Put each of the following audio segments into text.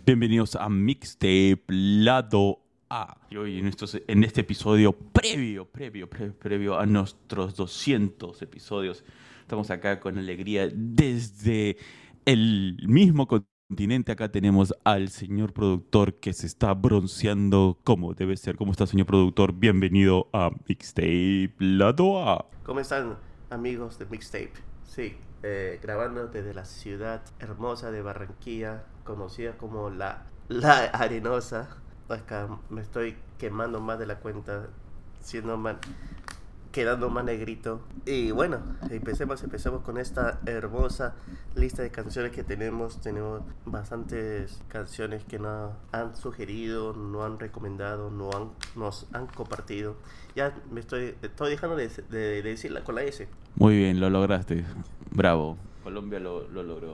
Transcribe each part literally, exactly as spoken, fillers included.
Bienvenidos a Mixtape Lado A. Y hoy en, estos, en este episodio previo, previo, previo, previo a nuestros doscientos episodios, estamos acá con alegría desde el mismo continente. Acá tenemos al señor productor que se está bronceando como debe ser. ¿Cómo está, señor productor? Bienvenido a Mixtape Lado A. ¿Cómo están, amigos de Mixtape? Sí, eh, grabando desde la ciudad hermosa de Barranquilla, conocida como la, la Arenosa. Acá me estoy quemando más de la cuenta, siendo más, quedando más negrito. Y bueno, empecemos, empecemos con esta hermosa lista de canciones que tenemos. Tenemos bastantes canciones que nos han sugerido, nos han recomendado, nos han, nos han compartido. Ya me estoy, estoy dejando de, de, de decirla con la S. Muy bien, lo lograste. Bravo. Colombia lo, lo logró.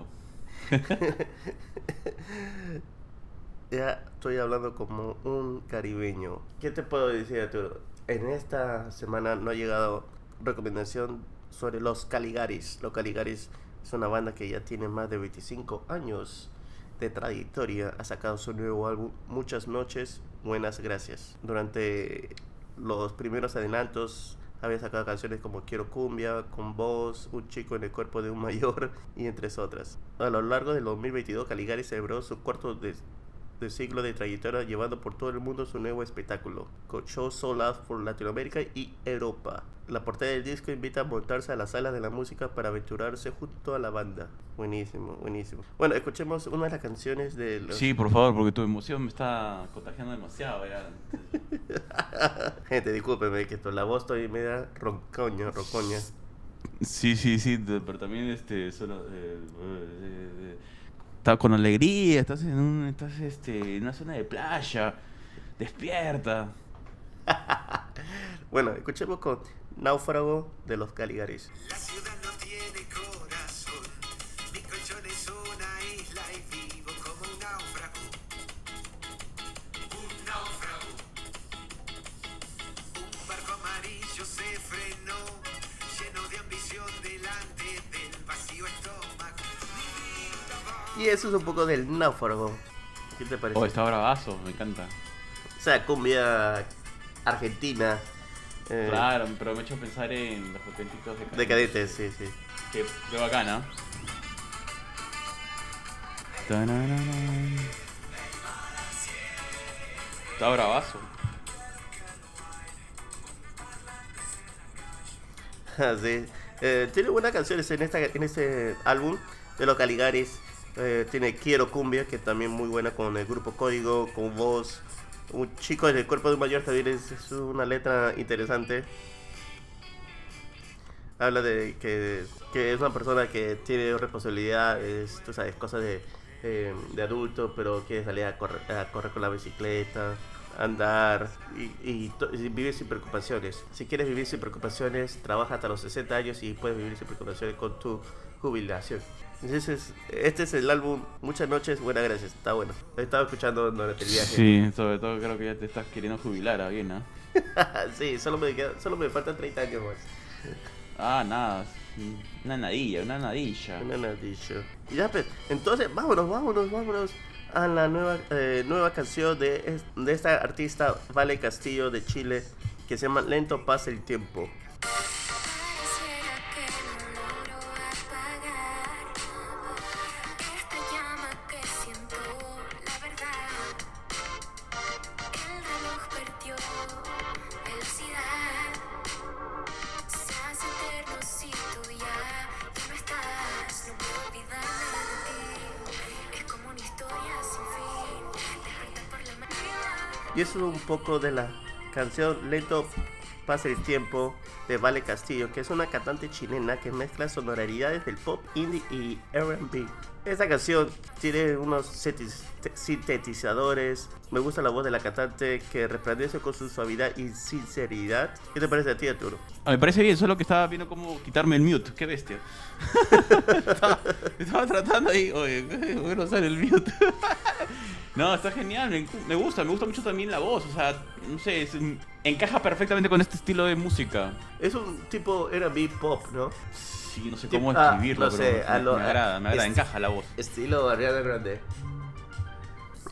Ya estoy hablando como un caribeño. ¿Qué te puedo decir, Arturo? En esta semana no ha llegado recomendación sobre los Caligaris. Los Caligaris es una banda que ya tiene más de veinticinco años de trayectoria. Ha sacado su nuevo álbum Muchas Noches, Buenas Gracias. Durante los primeros adelantos había sacado canciones como Quiero Cumbia, Con Vos, Un Chico en el Cuerpo de un Mayor y entre otras. A lo largo del dos mil veintidós, Caligari celebró su cuarto de, de siglo de trayectoria, llevando por todo el mundo su nuevo espectáculo, con shows sold out por Latinoamérica y Europa. La portada del disco invita a montarse a las salas de la música para aventurarse junto a la banda. Buenísimo, buenísimo. Bueno, escuchemos una de las canciones de los... Sí, por favor, porque tu emoción me está contagiando demasiado ya. Gente, discúlpeme que esto, la voz estoy media roncoña, roncoña. Sí, sí, sí, pero también este solo eh, eh, eh, estás con alegría, estás en un estás este en una zona de playa, despierta. Bueno, escuchemos con Náufrago de los Caligaris. La ciudad no tiene corazón, mi colchón es una isla y vivo como un náufrago. Un náufrago. Un barco amarillo se frenó, lleno de ambición delante del vacío estómago. Y eso es un poco del Náufrago. ¿Qué te parece? Oh, está bravazo, me encanta. O sea, cumbia argentina. Eh, Claro, pero me he hecho pensar en los auténticos decadentes. Decadentes, sí, sí. Qué, qué bacana. Está bravazo. Sí. Eh, tiene buenas canciones en esta en este álbum de los Caligaris. Eh, tiene Quiero Cumbia, que también muy buena, con el grupo Código, con Voz. Un chico en el cuerpo de un mayor también es, es una letra interesante. Habla de que, que es una persona que tiene responsabilidades, tú sabes, cosas de, eh, de adulto, pero quiere salir a correr, a correr con la bicicleta, andar y, y, to- y vivir sin preocupaciones. Si quieres vivir sin preocupaciones, trabaja hasta los sesenta años y puedes vivir sin preocupaciones con tu jubilación. Entonces, este es el álbum Muchas Noches, Buenas Gracias. Está bueno. Lo he estado escuchando durante el viaje. Sí, sobre todo creo que ya te estás queriendo jubilar, ¿ah? Bien, ¿no? Sí, solo me, queda- solo me faltan treinta años más. Ah, nada, una nadilla, una nadilla. No me has dicho. Y ya, pues, entonces, vámonos, vámonos, vámonos a la nueva, eh, nueva canción de, es- de esta artista, Vale Castillo, de Chile, que se llama Lento Pasa el Tiempo. Pareciera que no logro apagar esta llama que siento, la verdad. El reloj perdió velocidad. Se hace eterno si tú ya, ya no estás. No puedo olvidarme de ti. Es como una historia sin fin. Despertar por la mañana. Y eso es un poco de la canción Lento Pasa el Tiempo de Vale Castillo, que es una cantante chilena que mezcla sonoridades del pop, indie y R and B. Esta canción tiene unos setis- te- sintetizadores. Me gusta la voz de la cantante, que resplandece con su suavidad y sinceridad. ¿Qué te parece a ti, Arturo? Ah, me parece bien, solo que estaba viendo cómo quitarme el mute. Qué bestia. estaba, estaba tratando ahí. Oye, ¿por no sale el mute? No, está genial. Me, me gusta, me gusta mucho también la voz. O sea, no sé, es, encaja perfectamente con este estilo de música. Es un tipo R and B pop, ¿no? Sí, no sé Tip- cómo ah, describirlo, no sé, pero a me, lo- me agrada, me agrada, es- encaja la voz. Estilo Ariana Grande.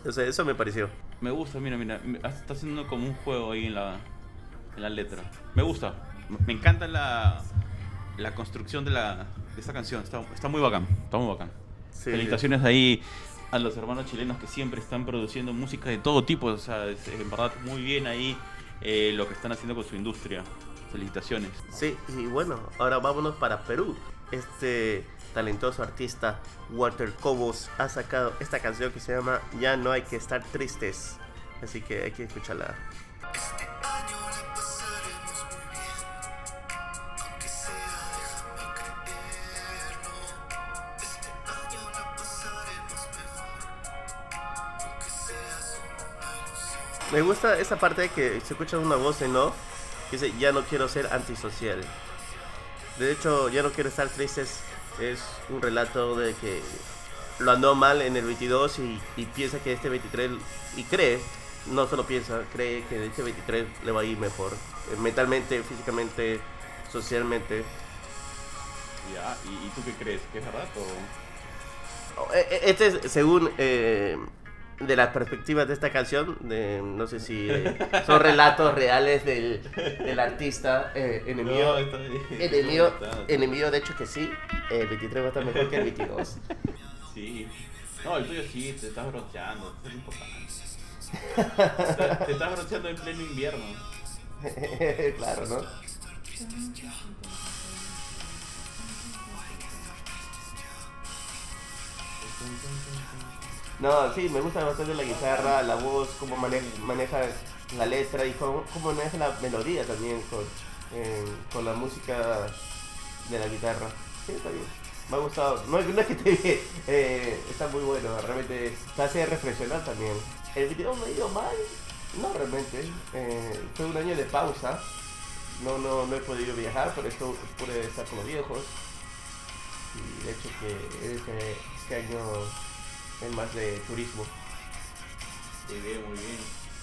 O sea, eso me pareció. Me gusta, mira, mira, me- está haciendo como un juego ahí en la, en la letra. Me gusta, me encanta la, la construcción de, la, de esta canción, está, está muy bacán, está muy bacán. Sí, Felicitaciones ahí a los hermanos chilenos que siempre están produciendo música de todo tipo, o sea, es, en verdad muy bien ahí eh, lo que están haciendo con su industria. Felicitaciones. Sí, y bueno, ahora vámonos para Perú. Este talentoso artista Walter Cobos ha sacado esta canción que se llama Ya no hay que estar tristes. Así que hay que escucharla. Este año la pasaremos muy bien, aunque sea déjame creerlo. Este año la pasaremos mejor, aunque sea solo una ilusión. Me gusta esa parte que se escucha una voz en off que dice ya no quiero ser antisocial. De hecho, ya no quiero estar tristes es un relato de que lo andó mal en el veintidós y, y piensa que este veintitrés, y cree, no solo piensa, cree que este veintitrés le va a ir mejor, eh, mentalmente, físicamente, socialmente. Ya, ¿y, y tú qué crees? ¿Que es verdad o...? Eh, eh, Este es según eh, de las perspectivas de esta canción, de, no sé si eh, son relatos reales del, del artista, eh, en el mío, No, está bien. en el mío, Está- en el mío de hecho que sí, el veintitrés va a estar mejor que el veintidós. Sí. No, el tuyo sí, te estás bronceando, eso es importante. Te, te estás bronceando en pleno invierno. Claro, ¿no? No, sí, me gusta bastante la guitarra, la voz, cómo mane- maneja la letra y cómo, cómo maneja la melodía también con, eh, con la música de la guitarra. Sí, está bien. Me ha gustado. No, no es que esté bien, eh, está muy bueno, realmente te hace reflexionar también. El video me ha ido mal, no realmente. Eh, fue un año de pausa. No, no, no he podido viajar, por eso pude estar con los viejos. Y de hecho que este, este año es más de turismo. Muy bien, muy bien.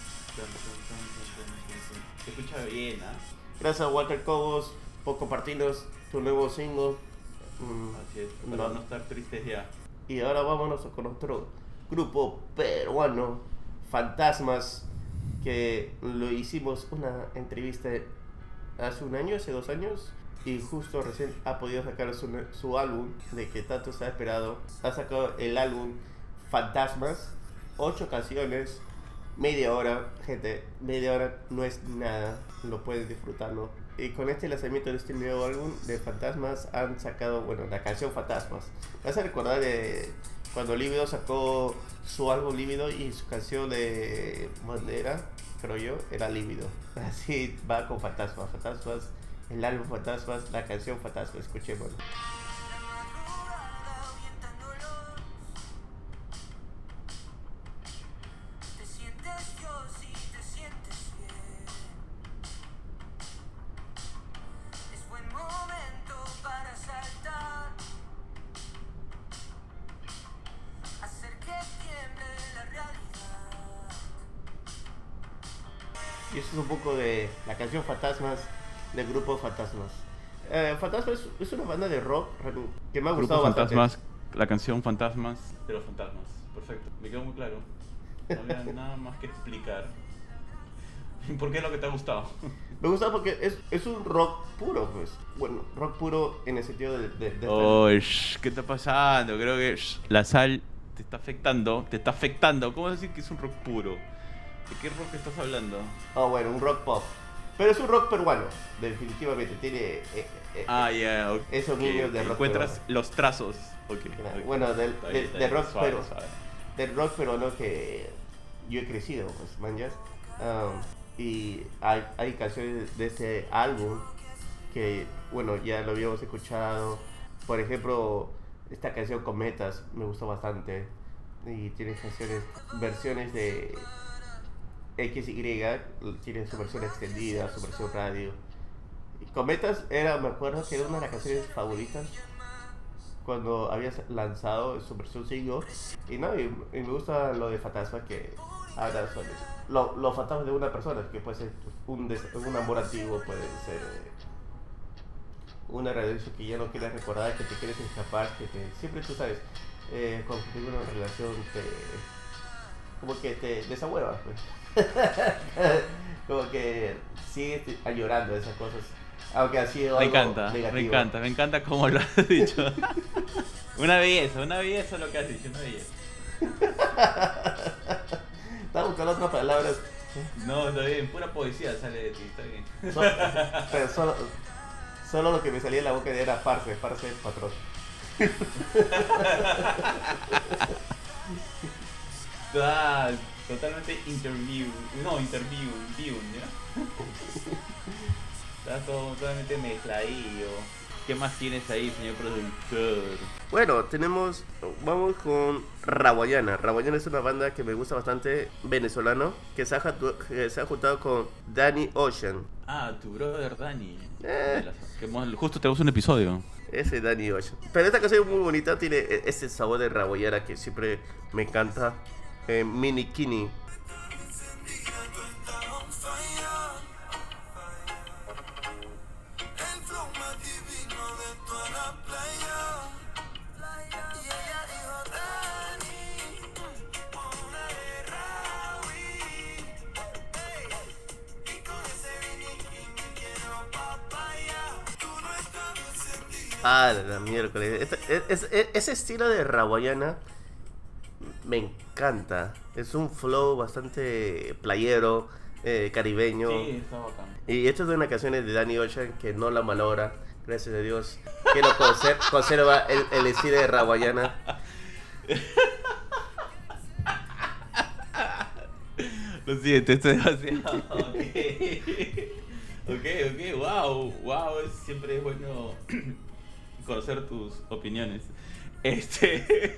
Se escucha bien, ¿ah? Gracias a Walter Cobos por compartirnos tu nuevo single. Mm, Así es, para no. no estar tristes ya. Y ahora vámonos con otro grupo peruano, Fantasmas, que lo hicimos una entrevista hace un año, hace dos años, y justo recién ha podido sacar su, su álbum, de que tanto se ha esperado. Ha sacado el álbum Fantasmas, ocho canciones, media hora, gente, media hora no es nada, lo puedes disfrutarlo. Y con este lanzamiento de este nuevo álbum de Fantasmas han sacado, bueno, la canción Fantasmas. Me hace recordar de cuando Lívido sacó su álbum Lívido y su canción de bandera, creo yo, era Lívido. Así va con Fantasmas, Fantasmas, el álbum Fantasmas, la canción Fantasmas, escuchémoslo. Te sientes Dios y te sientes bien. Es buen momento para saltar, hacer que tiemble la realidad. Y eso es un poco de la canción Fantasmas del grupo Fantasmas. Eh, Fantasmas es, es una banda de rock que me ha Grupo gustado bastante. Fantasmas, la canción Fantasmas de los Fantasmas. Perfecto, me quedó muy claro. No había nada más que explicar. ¿Por qué es lo que te ha gustado? Me gusta porque es, es un rock puro, pues. Bueno, rock puro en el sentido de... de, de Oh, shh, ¿qué está pasando? Creo que shh, la sal te está afectando, te está afectando. ¿Cómo decir que es un rock puro? ¿De qué rock estás hablando? Oh, bueno, un rock pop. Pero es un rock peruano, definitivamente. Tiene eh, eh, Ah, ya, yeah, ok. esos guiños de rock Encuentras peruano. los trazos. Ok. Claro. ok. Bueno, del, Está de, bien, está de bien, rock suave, peruano. suave. Del rock peruano que yo he crecido, pues, manjas. Um, y hay, hay canciones de este álbum que, bueno, ya lo habíamos escuchado. Por ejemplo, esta canción Cometas me gustó bastante. Y tiene canciones, versiones de X Y, tiene su versión extendida, su versión radio. Y Cometas era, me acuerdo que era una de las canciones favoritas cuando había lanzado su versión single. Y no, y, y me gusta lo de Fantasma, que habla sobre lo- los fantasmas de una persona, que puede ser un, des- un amor antiguo, puede ser eh, una relación que ya no quieres recordar, que te quieres escapar, que te, siempre tú sabes, eh, cuando tienes una relación te, como que te desahuevas, pues. Como que sigues llorando esas cosas. Aunque ha sido Me algo encanta, negativo. me encanta, me encanta cómo lo has dicho. Una belleza, una belleza lo que has dicho, una belleza. Estaba buscando otras palabras. No, está bien, pura poesía sale de ti, está bien. So- pero solo, solo lo que me salía de la boca era parce, parce, patrón. Ah, totalmente interview, no, interview, view, ¿ya? Está todo totalmente mezcladillo. ¿Qué más tienes ahí, señor productor? Bueno, tenemos, vamos con Rawayana. Rawayana es una banda que me gusta bastante, venezolano, que se ha, jatu- que se ha juntado con Danny Ocean. Ah, tu brother Dani. Eh. Que hemos- justo tenemos un episodio. Ese Danny Ocean. Pero esta canción es muy bonita, tiene e- ese sabor de Rawayana que siempre me encanta. Eh, Mini Kini. El flow más divino de toda la playa. Y ella dijo Dani, una de Rawi. Y con ese bikini quiero papaya. Tú no estás encendida. Ah, la miércoles. Esta- es- es- es- ese estilo de Rawayana me encanta. Es un flow bastante playero, eh, caribeño. Sí, está bacán. Y esta es una canción de Danny Ocean que no la malogra, gracias a Dios, que lo conser- conserva el, el estilo de Rawayana. Lo siento, esto es demasiado. Ok, ok, ok, wow, wow, siempre es bueno conocer tus opiniones. Este.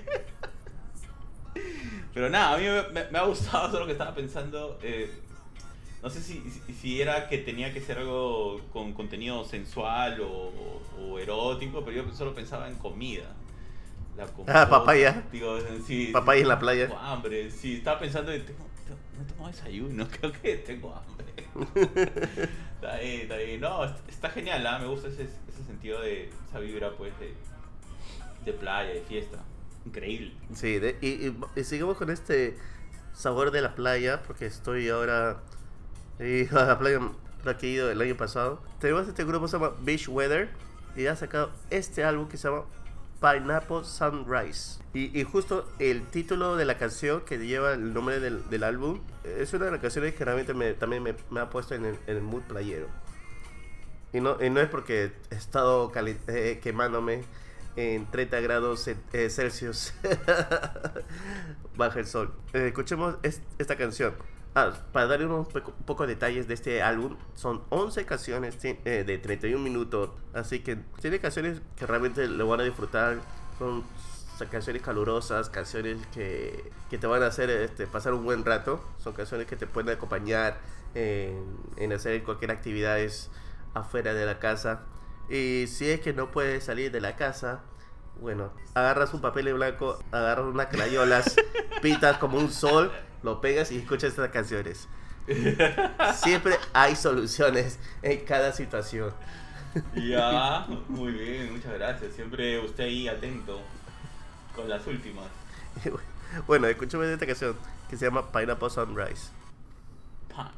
Pero nada, a mí me, me- me ha gustado eso lo que estaba pensando. eh, no sé si, si- si era que tenía que ser algo con contenido sensual o, o erótico, pero yo solo pensaba en comida. La Ah, papaya. Digo, sí, Papaya en la playa. Tengo hambre, sí, estaba pensando en, tengo, tengo- no he tomado desayuno, creo que tengo hambre. Está bien, está bien. No, est- está genial, ¿ah? Me gusta ese, ese sentido de esa vibra, pues, de, de playa, de fiesta. Increíble. Sí, de- y, y- y seguimos con este sabor de la playa, porque estoy ahora he ido a la playa la que he ido el año pasado. Tenemos este grupo que se llama Beach Weather y ha sacado este álbum que se llama Pineapple Sunrise. Y, y justo el título de la canción que lleva el nombre del, del álbum es una de las canciones que realmente me, también me, me ha puesto en el, en el mood playero. Y no, y no es porque he estado cali- eh, quemándome en treinta grados ce- eh, Celsius bajo el sol. Eh, escuchemos es- esta canción. Ah, para darle unos peco- pocos detalles de este álbum, son once canciones ti- eh, de treinta y un minutos. Así que tiene canciones que realmente lo van a disfrutar. Son sa- canciones calurosas, canciones que, que te van a hacer este, pasar un buen rato. Son canciones que te pueden acompañar en, en hacer cualquier actividad afuera de la casa. Y si es que no puedes salir de la casa, bueno, agarras un papel en blanco, agarras unas crayolas, pintas como un sol, lo pegas y escuchas estas canciones. Siempre hay soluciones en cada situación. Ya, muy bien, muchas gracias. Siempre usted ahí atento con las últimas. Bueno, escúchame esta canción que se llama Pineapple Sunrise. Pineapple.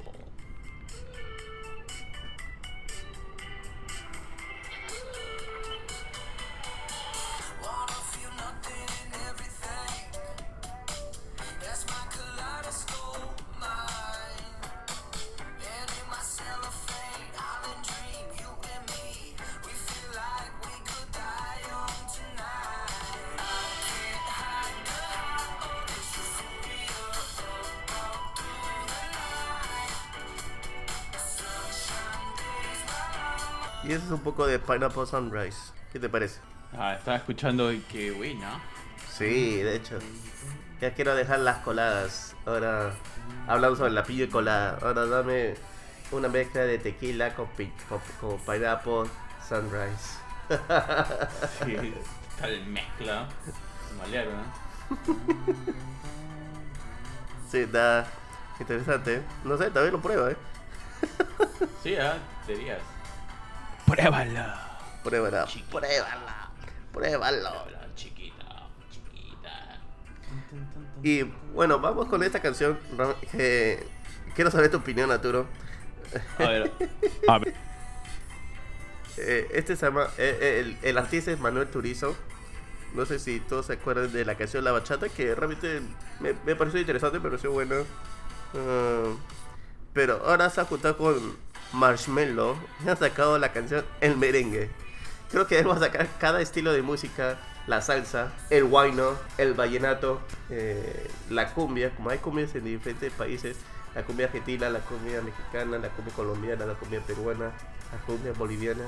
Wanna feel nothing and everything. That's my kaleidoscope mind. And in my cellophane island dream, you and me, we feel like we could die young tonight. I can't hide the high of this euphoria up, up through the night. Sunshine days while I'm Y eso es un poco de Pineapple Sunrise. ¿Qué te parece? Ah, estaba escuchando y qué buena. Sí, de hecho. Ya quiero dejar las coladas. Ahora hablamos sobre la piña y colada. Ahora dame una mezcla de tequila con, pi- con, con Pineapple Sunrise. Sí, tal mezcla. Malearon, ¿eh? Sí, está interesante. ¿Eh? No sé, también lo prueba, ¿eh? Sí, ah, dirías. Pruébala. Pruébala. Chiquita. Pruébala. Pruébalo. Pruébala, chiquita, chiquita. Y bueno, vamos con esta canción. Que quiero saber tu opinión, Arturo. A ver, a ver. Eh, este se llama, eh, el, el artista es Manuel Turizo. No sé si todos se acuerdan de la canción La Bachata, que realmente me, me pareció interesante, me pareció buena. Uh, pero ahora se ha juntado con Marshmello y ha sacado la canción El Merengue. Creo que él va a sacar cada estilo de música: la salsa, el huayno, el vallenato, eh, la cumbia. Como hay cumbias en diferentes países: la cumbia argentina, la cumbia mexicana, la cumbia colombiana, la cumbia peruana, la cumbia boliviana.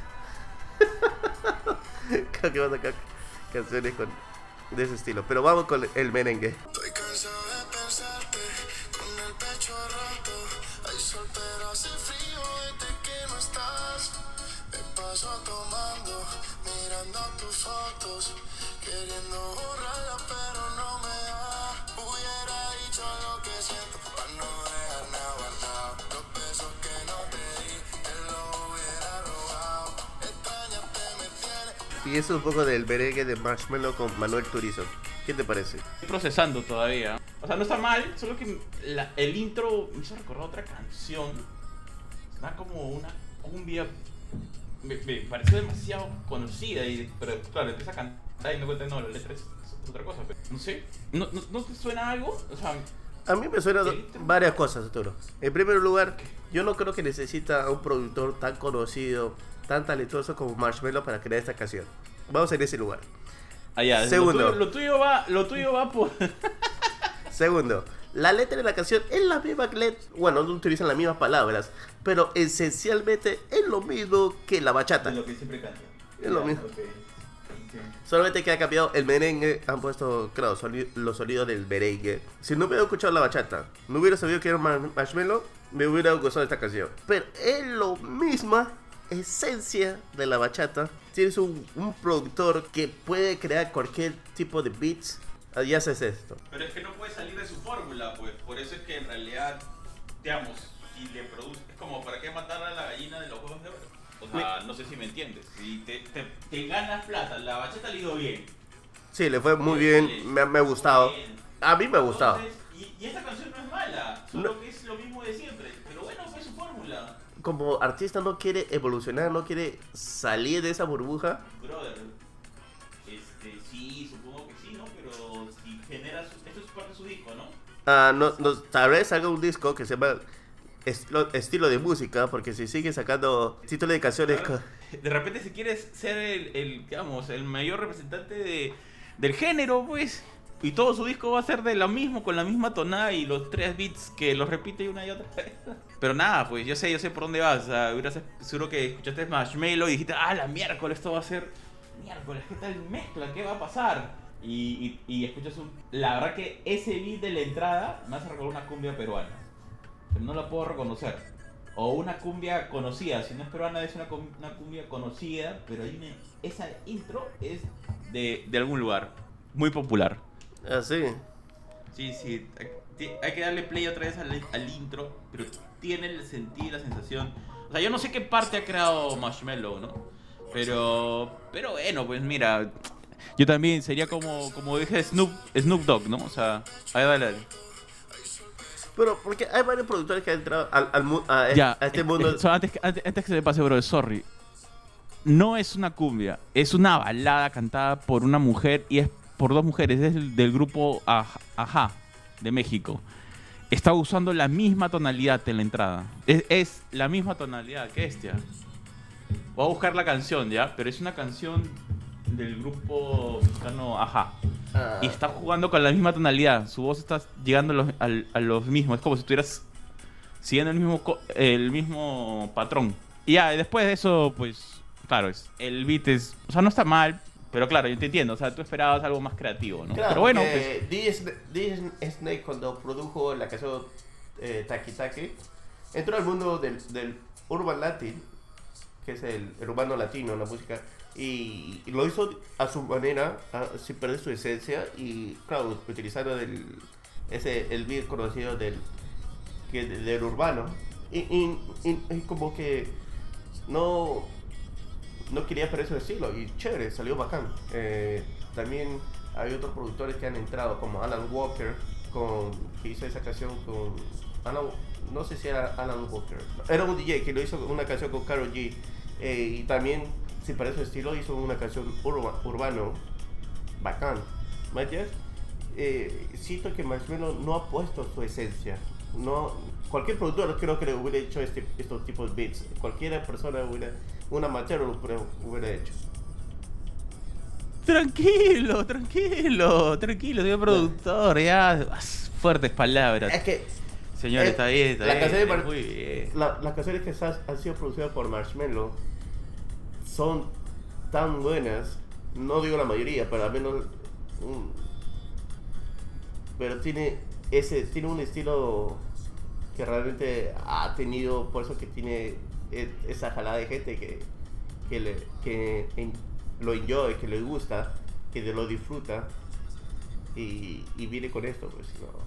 Creo que va a sacar canciones con, de ese estilo. Pero vamos con el merengue. Estoy cansado de pensarte con el pecho roto. Hay sol pero hace frío desde que no estás. Me paso tomando, mirando tus fotos, queriendo borrarlas pero no me da. Hubiera dicho lo que siento para no dejar nada guardado. Los besos que no te di, te los hubiera robado. Extrañarte me tiene. Y eso es un poco del merengue de Marshmello con Manuel Turizo. ¿Qué te parece? Estoy procesando todavía. O sea, no está mal, solo que la- el intro me hizo recordar otra canción. Suena como una cumbia. Me, me pareció demasiado conocida, y, pero claro, empieza a cantar y me cuenta, no, la letra es, es otra cosa. Pero, no sé, ¿No, no, ¿no te suena algo? O sea, A mí me suenan ¿qué? varias cosas, Arturo. En primer lugar, yo no creo que necesita un productor tan conocido, tan talentoso como Marshmello para crear esta canción. Vamos en ese lugar. allá, Segundo. Lo tuyo, lo tuyo va, lo tuyo va por. Segundo, la letra de la canción es la misma letra. Bueno, no utilizan las mismas palabras, pero esencialmente es lo mismo que la bachata. lo que siempre canta. Es lo mismo. Solamente que ha cambiado el merengue, han puesto, claro, soni- los sonidos del merengue. Si no hubiera escuchado la bachata, no hubiera sabido que era Mar- Marshmello, me hubiera gustado esta canción. Pero es lo misma esencia de la bachata. Tienes un, un productor que puede crear cualquier tipo de beats y haces esto. Pero es que no puede salir de su fórmula, pues. Por eso es que en realidad, digamos, si le produce. Es como, ¿para qué matar a la gallina de los huevos de oro? O sea, no sé si me entiendes. Si te, te, te ganas plata, la bachata le ha ido bien. Sí, le fue muy bien, me, me ha gustado. Muy bien. A mí me ha gustado. Entonces, y, y esta canción no es mala, solo que es lo mismo de siempre. Pero bueno, fue su fórmula. Como artista no quiere evolucionar, no quiere salir de esa burbuja. Brother, este, sí, supongo que sí, ¿no? Pero si genera su, esto es parte de su disco, ¿no? Ah, no, no, tal vez haga un disco que se llama estilo, estilo de música, porque si sigue sacando títulos de canciones... Claro. De repente si quieres ser el, el, digamos, el mayor representante de, del género, pues, y todo su disco va a ser de lo mismo, con la misma tonada y los tres beats que los repite una y otra vez. Pero nada, pues yo sé, yo sé por dónde vas. O sea, hubieras seguro que escuchaste Marshmello y dijiste, ah, la miércoles, esto va a ser miércoles, ¿qué tal mezcla? ¿Qué va a pasar? Y, y, y escuchas un... La verdad que ese beat de la entrada me hace recordar una cumbia peruana. Pero no la puedo reconocer. O una cumbia conocida, si no es peruana es una, cum- una cumbia conocida, pero hay una, esa intro es de, de algún lugar, muy popular. Así. Sí, sí, hay, hay que darle play otra vez al, al intro, pero tiene el sentido, la sensación. O sea, yo no sé qué parte ha creado Marshmello, ¿no? Pero, pero bueno, pues mira, yo también sería como, como dije Snoop, Snoop Dogg, ¿no? O sea, ahí dale, dale. Pero porque hay varios productores que han entrado al, al mu- a, Ya, a este eh, mundo. eh, so, antes, que- antes, antes que se me pase, bro, sorry. No es una cumbia, es una balada cantada por una mujer y es por dos mujeres, es del, del grupo Aj- Ajá, de México. Está usando la misma tonalidad en la entrada. Es, es la misma tonalidad, qué bestia. Voy a buscar la canción, ¿ya? Pero es una canción del grupo mexicano Ajá. Ah, Y está jugando con la misma tonalidad. Su voz está llegando a los, al- a los mismos. Es como si estuvieras siguiendo el mismo, co- el mismo patrón. Y ya, después de eso, pues, claro, es, el beat es... O sea, no está mal, pero claro, yo te entiendo. O sea, tú esperabas algo más creativo, ¿no? claro, pero bueno, porque pues... D J D J Snake, cuando produjo la canción eh, Taki Taki, entró al mundo del, del Urban Latin, que es el, el urbano latino, la música, y, y lo hizo a su manera, a- sin perder su esencia, y claro, utilizando el, ese, el beat conocido del, que, del urbano, y, y, y- y como que no, no quería perder su estilo, y chévere, salió bacán. Eh, también hay otros productores que han entrado, como Alan Walker, con, que hizo esa canción con Alan, no sé si era Alan Walker, era un D J que lo hizo una canción con Karol G, eh, y también, si para su estilo, hizo una canción urba, urbano bacán. ¿Me entiendes? Eh, siento que Marshmello no ha puesto su esencia. No, cualquier productor creo que le hubiera hecho este, estos tipos de beats. Cualquier persona hubiera, un amateur lo hubiera, hubiera hecho. Tranquilo, tranquilo, tranquilo, señor productor, ya. Fuertes palabras. Es que Señor, eh, está bien, está la bien. canción de Mar- Muy bien. la- las canciones que han, han sido producidas por Marshmello son tan buenas. No digo la mayoría, pero al menos un, pero tiene ese tiene un estilo que realmente ha tenido, por eso que tiene e- esa jalada de gente que que, le, que en- lo enjoy, que le gusta, que de lo disfruta y, y viene con esto, pues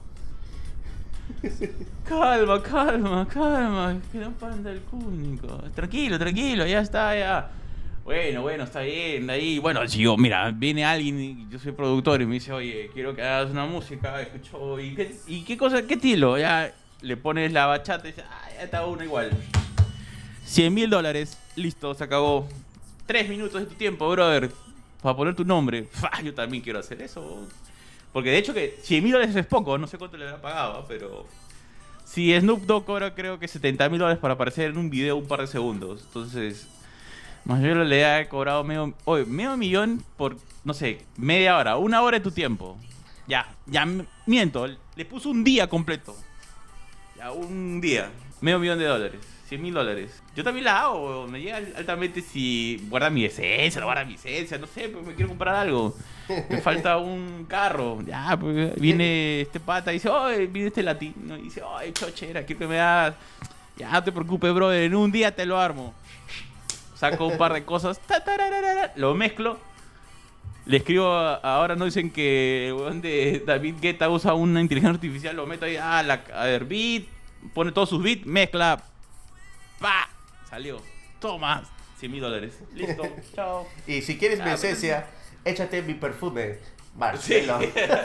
no. Calma, calma, calma. Que no panda el cúnico. Tranquilo, tranquilo, ya está, ya. Bueno, bueno, está bien. Ahí, bueno, si yo, mira, viene alguien y yo soy productor y me dice, oye, quiero que hagas una música, escucho, ¿y qué, y qué cosa, qué estilo? Ya le pones la bachata y dice, ah, ya está uno igual. cien mil dólares, listo, se acabó. Tres minutos de tu tiempo, brother, para poner tu nombre. Fa, yo también quiero hacer eso. Porque de hecho que cien mil dólares es poco, no sé cuánto le habrá pagado, pero... Si Snoop Dogg cobra creo que setenta mil dólares para aparecer en un video un par de segundos. Entonces, Marshmello le ha cobrado medio, oye, medio millón por, no sé, media hora, una hora de tu tiempo. Ya, ya m- miento, le puso un día completo. Ya, un día, medio millón de dólares, cien mil dólares. Yo también la hago, weón, me llega altamente si guarda mi esencia, no guarda mi esencia, no sé, pues me quiero comprar algo. Me falta un carro. Ya, pues viene este pata y dice, oye, viene este latino. Y dice, oye, chochera, quiero que me hagas. Ya, no te preocupes, brother, en un día te lo armo. Saco un par de cosas, ta, tararara, lo mezclo. Le escribo, a- ahora no dicen que el weón de David Guetta usa una inteligencia artificial, lo meto ahí, ah, la, a ver, beat, pone todos sus beats, mezcla, pa, salió. Toma, cien mil dólares. Listo, chao. Y si quieres mi Ah, esencia, échate mi perfume, Marshmello.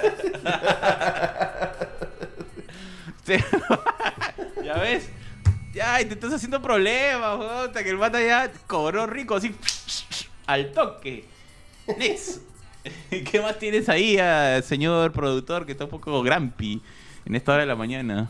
Sí. ¿Ya ves? Ya, y te estás haciendo problemas, weón, hasta que el mata ya cobró rico, así, al toque. Next. ¿Qué más tienes ahí, ah, señor productor, que está un poco grumpy en esta hora de la mañana?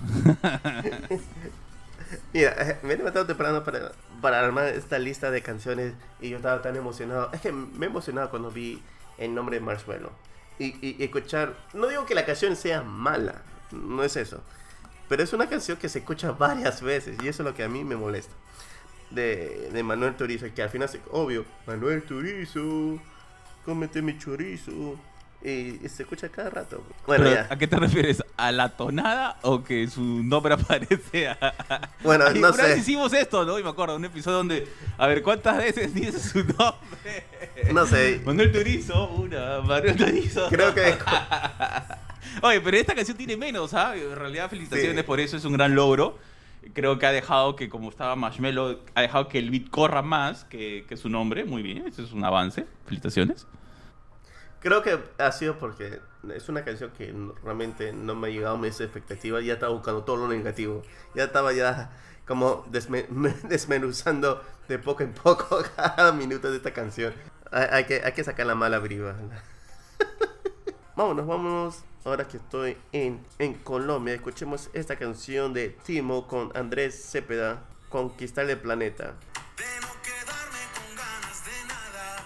Mira, eh, me he levantado temprano para, para armar esta lista de canciones y yo estaba tan emocionado. Es que me he emocionado cuando vi el nombre de Marshmello. Y, y, y escuchar, no digo que la canción sea mala, no es eso. Pero es una canción que se escucha varias veces y eso es lo que a mí me molesta. De, de Manuel Turizo, que al final se, obvio, Manuel Turizo, cómete mi chorizo. Y, y se escucha cada rato. Bueno, Pero, ya. ¿a qué te refieres? ¿A la tonada o que su nombre aparece? A... Bueno, Ay, no una vez sé. hicimos esto, ¿no? Y me acuerdo, un episodio donde, a ver, ¿cuántas veces dice su nombre? No sé. Manuel Turizo, una, Manuel Turizo. Creo que Oye, pero esta canción tiene menos, ¿sabes? En realidad, felicitaciones Sí. por eso, es un gran logro. Creo que ha dejado que, como estaba Marshmello, ha dejado que el beat corra más que, que su nombre. Muy bien, eso es un avance. Felicitaciones. Creo que ha sido porque es una canción que no- realmente no me ha llegado a mis expectativas. Ya estaba buscando todo lo negativo. Ya estaba ya como desme- desmenuzando de poco en poco cada minuto de esta canción. Hay, hay que, hay que sacar la mala briva. Vámonos, vámonos. Ahora que estoy en, en Colombia, escuchemos esta canción de Timo con Andrés Cepeda, Conquistar el Planeta. De no quedarme con ganas de nada.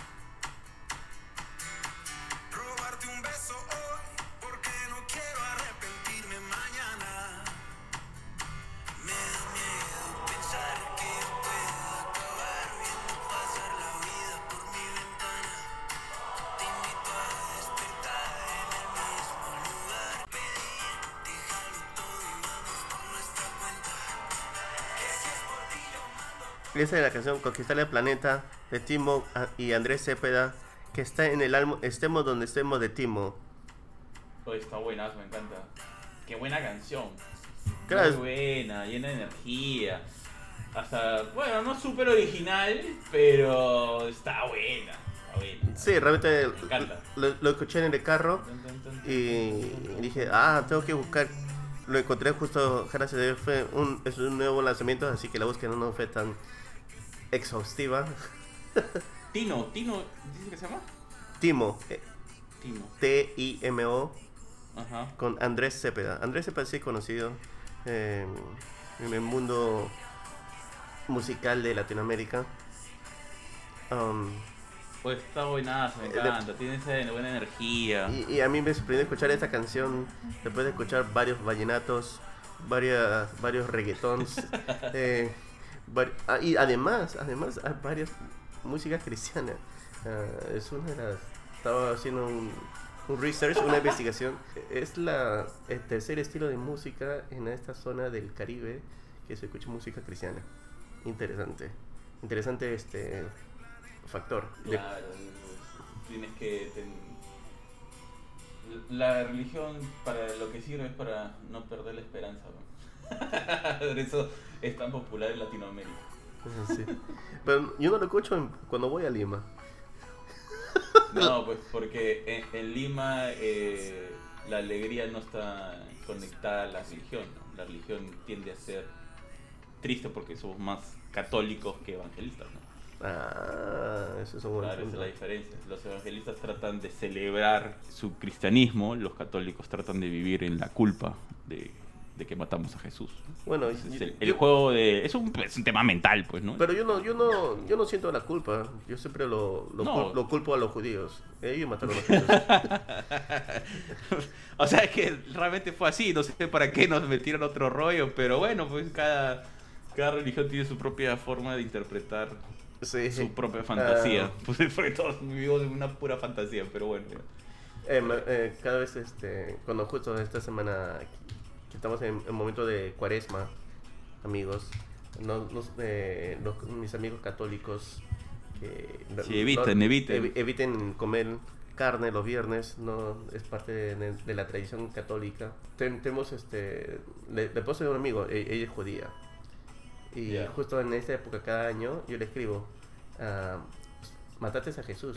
Robarte un beso hoy porque no quiero arrepentirme mañana. Me da miedo pensar que yo pueda acabar viendo pasar la vida por mi ventana. Te invito a despertar en el mismo lugar. Pedir, déjalo todo y vamos por nuestra cuenta. Que si es por ti yo mando. Esa es la canción Conquistar el Planeta de Timo a- y Andrés Cepeda, que está en el álbum Estemos donde estemos de Timo. Oh, está buenazo, me encanta. Qué buena canción. Claro. Muy buena, llena de energía. Hasta, bueno, no súper original, pero está buena. Fabuela. Sí, realmente Me encanta. lo, lo escuché en el carro y dije, ah, tengo que buscar. Lo encontré justo, gracias a Dios, fue un, es un nuevo lanzamiento, así que la búsqueda no fue tan exhaustiva. Tino, Tino, ¿dice que se llama? Timo, eh, Tino. T I M O, Ajá. con Andrés Cepeda. Andrés Cepeda sí es conocido eh, en el mundo musical de Latinoamérica. Um, Pues está buenazo, me Eh, de- encanta, tiene esa buena energía. y, y a mí me sorprendió escuchar esta canción después de escuchar varios vallenatos, varias, varios reggaetons. eh, vari- ah, y además, además hay varias músicas cristianas. Ah, es una de las... Estaba haciendo un, un research, una investigación. Es la, el tercer estilo de música en esta zona del Caribe que se escucha música cristiana. Interesante. Interesante este factor. De- Claro, tienes que... ten- La religión para lo que sirve es para no perder la esperanza, ¿no? Por eso es tan popular en Latinoamérica. Sí. Pero yo no lo escucho en- cuando voy a Lima. No, pues porque en, en Lima eh, la alegría no está conectada a la religión, ¿no? La religión tiende a ser triste porque somos más católicos que evangelistas, ¿no? Ah, eso es un buen Claro, esa es punto. la diferencia. Los evangelistas tratan de celebrar su cristianismo, los católicos tratan de vivir en la culpa de, de que matamos a Jesús. Bueno, Entonces, yo- el, el yo- juego de... Es un, es un tema mental, pues, ¿no? Pero yo no, yo no, yo no siento la culpa. Yo siempre lo, lo, No. cul- lo culpo a los judíos. Ellos mataron a los judíos. O sea, es que realmente fue así. No sé para qué nos metieron otro rollo, pero bueno, pues cada, cada religión tiene su propia forma de interpretar Sí. su propia fantasía. Ah, Pues porque todos vivimos en una pura fantasía, pero bueno. eh, me- eh, cada vez, este, cuando justo esta semana que estamos en el momento de cuaresma, amigos, no, nos- eh, los- mis amigos católicos que Sí, eviten, eviten. evi- eviten comer carne los viernes, no es parte de, de la tradición católica. Ten- tenemos este, le, le puse a un amigo, e- ella es judía. Y Ya. justo en esta época, cada año, yo le escribo, ah, mataste a Jesús.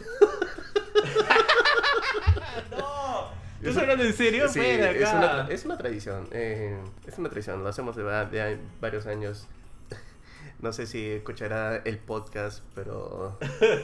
¡No! ¿Tú estás hablando en serio? Sí, Ven es acá. una, es una tradición, eh, es una tradición, lo hacemos de, va- de hay varios años. No sé si escuchará el podcast, pero...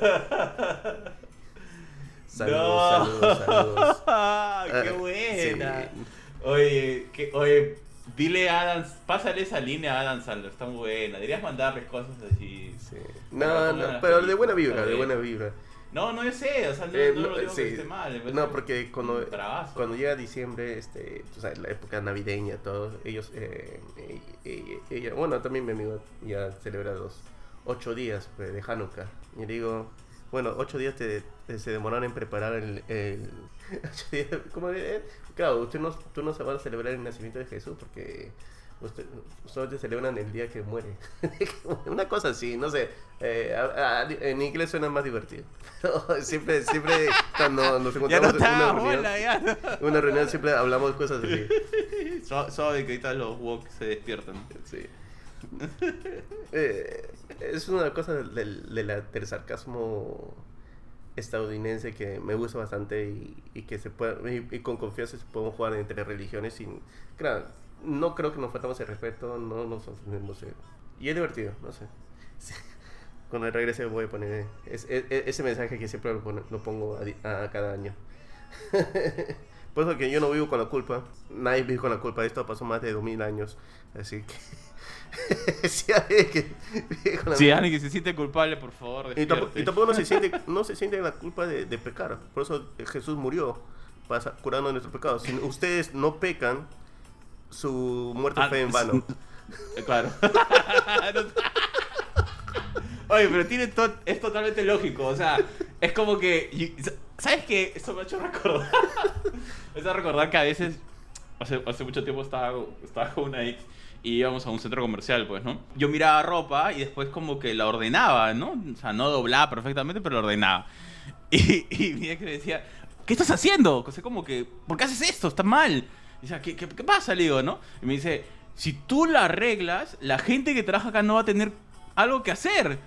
Saludos, No. saludos, saludos. ¡Qué Ah, buena! sí. Oye, que, oye, dile a Adam, pásale esa línea a Adam Sandler, está muy buena. Deberías mandarles cosas así. Sí. Para No, poner no, las pero de buena películas, vibra, está de bien. buena vibra. No, no, yo sé, o sea, no, Eh, no no, lo digo sí. que esté mal. me parece No, porque cuando, un bravazo. cuando llega diciembre, este, o sea, la época navideña, todos ellos, eh, eh, eh, ella, bueno, también mi amigo ya celebra los ocho días pues, de Hanukkah. Y le digo, bueno, ocho días te, te- se demoraron en preparar el, el ocho días, ¿cómo es? Claro, usted no, tú no se va a celebrar el nacimiento de Jesús porque usted, solo te celebran el día que muere. Una cosa así, no sé. eh, a- a- en inglés suena más divertido. Pero siempre, siempre cuando nos Ya encontramos no en está, una reunión, bola, ya. una reunión siempre hablamos cosas así. Suave, suave, que ahorita los woke se despiertan. Sí. Eh, es una cosa del, de la- del sarcasmo estadounidense que me gusta bastante y, y que se puede y, y con confianza se pueden jugar entre religiones sin claro, no creo que nos faltamos el respeto, no nos ofendemos eh, y es divertido, no sé. Sí. Cuando regrese voy a poner es- es- ese mensaje que siempre lo, pone- lo pongo a, di- a cada año. Por eso que yo no vivo con la culpa, nadie vive con la culpa, esto pasó más de dos mil años, así que si alguien que vive con la Si alguien que se siente culpable, por favor, y tampoco, despierte. y tampoco no se siente no se siente la culpa de, de pecar, por eso Jesús murió para sa- curarnos nuestros pecados. Si ustedes no pecan, su muerte Ah, fue en vano. Eh, Claro. Oye, pero tiene to- es totalmente lógico, o sea, es como que, y- ¿sabes qué? Esto me ha hecho recordar, me ha hecho recordar que a veces, hace, hace mucho tiempo estaba, estaba con una ex y íbamos a un centro comercial, pues, ¿no? Yo miraba ropa y después como que la ordenaba, ¿no? O sea, no doblaba perfectamente, pero la ordenaba. Y, y mi ex me decía, ¿qué estás haciendo? O sea, como que, ¿por qué haces esto? Está mal. Y decía, ¿qué, qué, qué pasa? Le digo, ¿no? Y me dice, si tú la arreglas, la gente que trabaja acá no va a tener algo que hacer.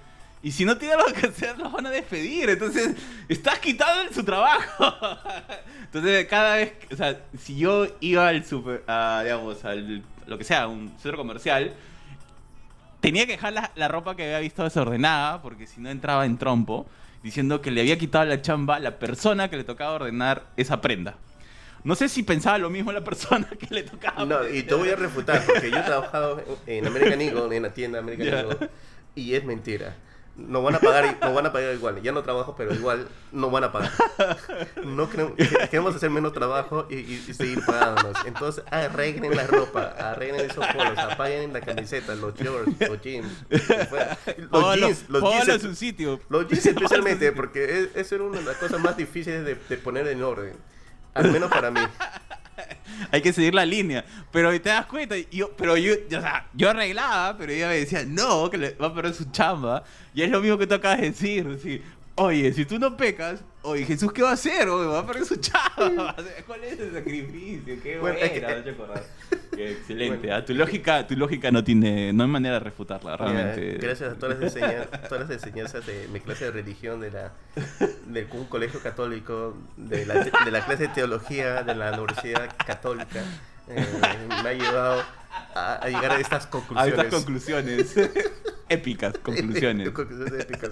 Y si no tiene algo que hacer, los van a despedir. Entonces, estás quitando su trabajo. Entonces, cada vez, o sea, si yo iba al super, a, digamos, al, lo que sea, un centro comercial, tenía que dejar la, la ropa que había visto desordenada, porque si no entraba en trompo, diciendo que le había quitado la chamba a la persona que le tocaba ordenar esa prenda. No sé si pensaba lo mismo la persona que le tocaba. No, y te voy a refutar, porque yo he trabajado en American Eagle, en la tienda American Ya. Eagle, y es mentira. No van a pagar, no van a pagar igual. Ya no trabajo, pero igual no van a pagar. No queremos, queremos hacer menos trabajo y, y, y seguir pagándonos. Entonces, arreglen la ropa, arreglen esos polos, apaguen la camiseta, los shorts, los jeans. Los Póngalo- jeans, los póngalo jeans, en su sitio. los jeans especialmente, porque es- eso era una de las cosas más difíciles de, de poner en orden. Al menos para mí. Hay que seguir la línea. Pero te das cuenta, yo, pero yo, o sea, yo arreglaba, pero ella me decía, no, que le va a perder su chamba. Y es lo mismo que tú acabas de decir. Así, oye, si tú no pecas, oye, Jesús, ¿qué va a hacer? Oye, va a perder su chamba. O sea, ¿cuál es el sacrificio? Qué Bueno, buena, es que- no te acordás. Qué excelente. Bueno. ah, Tu lógica, tu lógica no tiene, no hay manera de refutarla, realmente. Mira, gracias a todas las, enseñan- todas las enseñanzas de mi clase de religión, de la de un colegio católico, de la, de la clase de teología de la Universidad Católica, eh, me ha ayudado a, a llegar a estas A conclusiones. estas conclusiones. Épicas conclusiones. Conclusiones épicas.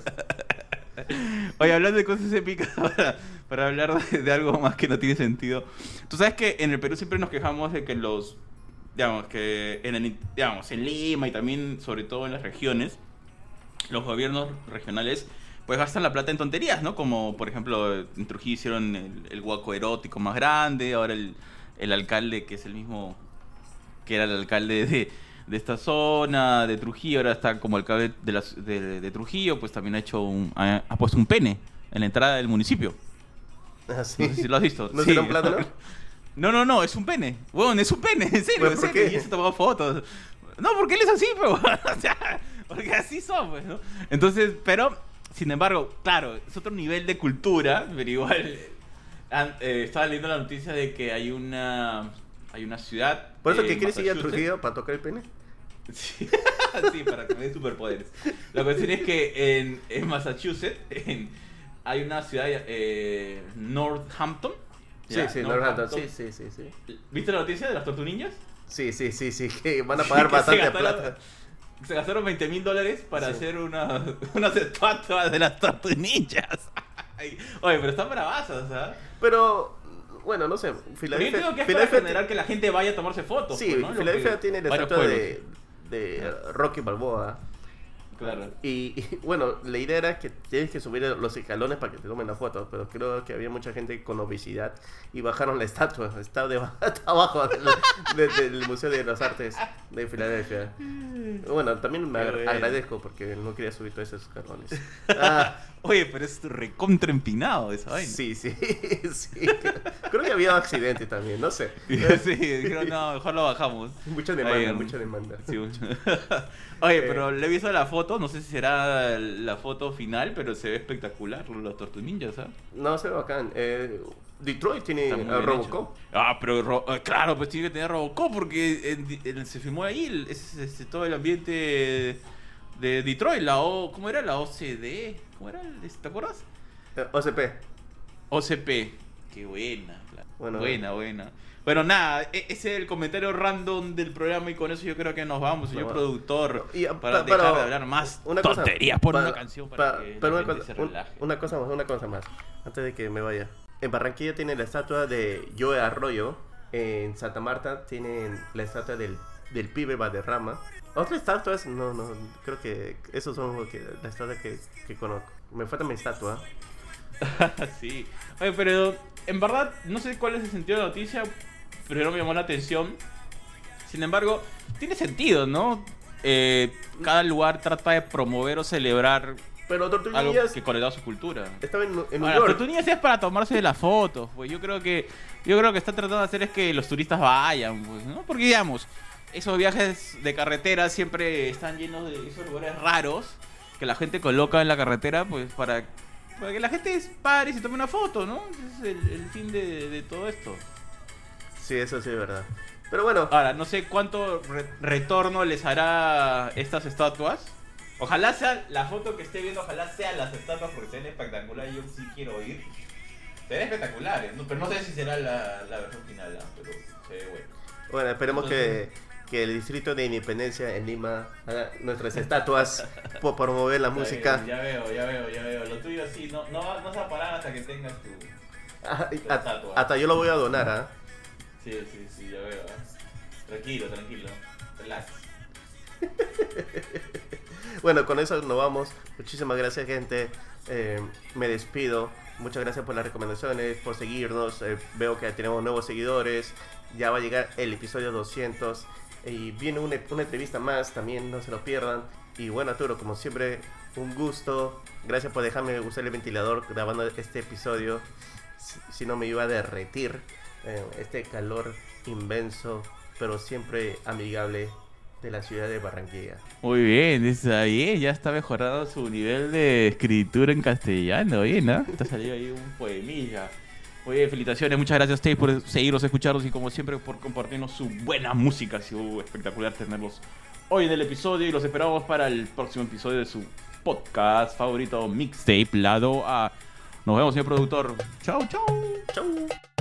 Oye, hablando de cosas épicas, para, para hablar de, de algo más que no tiene sentido. Tú sabes que en el Perú siempre nos quejamos de que los, digamos, que en, el, digamos, en Lima y también, sobre todo en las regiones, los gobiernos regionales pues gastan la plata en tonterías, ¿no? Como, por ejemplo, en Trujillo hicieron el, el huaco erótico más grande, ahora el, el alcalde, que es el mismo que era el alcalde de, de esta zona, de Trujillo, ahora está como alcalde de, la- de, de Trujillo, pues también ha hecho un, ha, ha puesto un pene en la entrada del municipio. Así. No sé si lo has visto. ¿No Sí. será un plátano? No, no, no, es un pene. Bueno, es un pene, en serio, Bueno, en ¿por serio. qué? Y se tomó fotos. No, porque él es así, pero, o sea, porque así son, pues, ¿no? Entonces, pero, sin embargo, claro, es otro nivel de cultura, pero igual, an- eh, estaba leyendo la noticia de que hay una, hay una ciudad. ¿Por eso en que quieres ir a Massachusetts. Trujillo para tocar el pene? Sí, sí, para que me den superpoderes. La cuestión es que en, en Massachusetts en- hay una ciudad, eh, Northampton. Sí, ¿ya? sí, Northampton, sí, sí, sí, sí. ¿Viste la noticia de las tortunillas? Sí, sí, sí, sí, que van a pagar Que se bastante gastaron- plata. Se gastaron veinte mil dólares para Sí. hacer una, unas estatuas de las tortunillas. Ay, oye, pero están bravazas, ¿ah? Pero, bueno, no sé, Pero yo Filadelfia... creo que es para Filadelfia generar que la gente vaya a tomarse fotos. Sí, pues, ¿no? Lo Filadelfia que- tiene la varios estatua pueblos. de, de Rocky Balboa. Claro. Y, y, bueno, la idea era que tienes que subir los escalones para que te tomen la foto, pero creo que había mucha gente con obesidad y bajaron la estatua. Está, de, está abajo del, de- del Museo de las Artes de Filadelfia. Bueno, también me Qué agra- bueno. agradezco porque no quería subir todos esos escalones. Ah, Oye, pero es recontra empinado esa vaina. sí, sí, sí. Creo que había accidente también, no sé. Sí, dijeron, no, mejor lo bajamos. Mucha demanda, Oye, mucha demanda. Sí, Oye, Eh. pero le he visto la foto, no sé si será la foto final, pero se ve espectacular los tortunillas, ¿ah? No, se ve bacán. Eh, Detroit tiene Está muy a bien Robocop. hecho. Ah, pero Ro- eh, claro, pues tiene que tener Robocop porque en- en- se filmó ahí el- es- es- todo el ambiente de Detroit, la O, ¿cómo era? La O C D, ¿cómo era? el- ¿Te acuerdas? Eh, O C P. O C P. Qué buena, claro. Bueno. buena, buena. Bueno, nada, e- ese es el comentario random del programa y con eso yo creo que nos vamos, señor No. productor, Y, ah, para pa- dejar pero de hablar más una cosa, tonterías por pa- una canción para pa- que pero la una, gente se cosa, un- relaje. una cosa más, una cosa más, antes de que me vaya. En Barranquilla tienen la estatua de Joe Arroyo, en Santa Marta tienen la estatua del, del pibe Valderrama. Otras estatuas, no, no, creo que esos son lo que, las estatuas que, que conozco. Me falta mi estatua. Sí. Oye, pero en verdad no sé cuál es el sentido de la noticia, pero no me llamó la atención. Sin embargo, tiene sentido, ¿no? Eh, cada lugar trata de promover o celebrar Pero algo Tortuguillas que conecta a su cultura. estaba en, en New Ahora, York. las tortugas es para tomarse las fotos, pues yo creo que yo creo que está tratando de hacer es que los turistas vayan, pues, ¿no? Porque digamos, esos viajes de carretera siempre están llenos de esos lugares raros que la gente coloca en la carretera, pues para, para que la gente pare y se tome una foto, ¿no? Ese es el, el fin de, de todo esto. Sí, eso sí es verdad. Pero bueno, Ahora, no sé cuánto re- retorno les hará estas estatuas. Ojalá sea la foto que esté viendo, ojalá sean las estatuas porque se ven espectaculares. Yo sí quiero ir. Se ven espectaculares, ¿no? Pero no sé si será la, la versión final, ¿no? Pero se ve bueno. Bueno, esperemos Entonces, que, que el Distrito de Independencia en Lima haga nuestras estatuas por promover la ya música. veo, Ya veo, ya veo, ya veo. Lo tuyo sí, no, no, va- no se va a parar hasta que tengas tu... Ah, y tu a- estatua. hasta yo lo voy a donar, ¿ah? Sí, sí, sí, ya veo. ¿eh? Tranquilo, tranquilo. Relax. Bueno, con eso nos vamos. Muchísimas gracias, gente. Eh, me despido. Muchas gracias por las recomendaciones, por seguirnos. Eh, veo que tenemos nuevos seguidores. Ya va a llegar el episodio doscientos. Y viene una, una entrevista más, también no se lo pierdan. Y bueno, Arturo, como siempre, un gusto. Gracias por dejarme usar el ventilador grabando este episodio. Si, si no me iba a derretir. Eh, este calor inmenso, pero siempre amigable de la ciudad de Barranquilla. Muy bien, está bien, ya está mejorando su nivel de escritura en castellano, bien, ¿no? Te ha salido ahí un poemilla. Oye, felicitaciones, muchas gracias a ustedes por seguirnos, escucharnos y como siempre por compartirnos su buena música. Ha sido espectacular tenerlos hoy en el episodio y los esperamos para el próximo episodio de su podcast favorito, Mixtape Lado A. Nos vemos, señor productor. Chau, chau. Chau.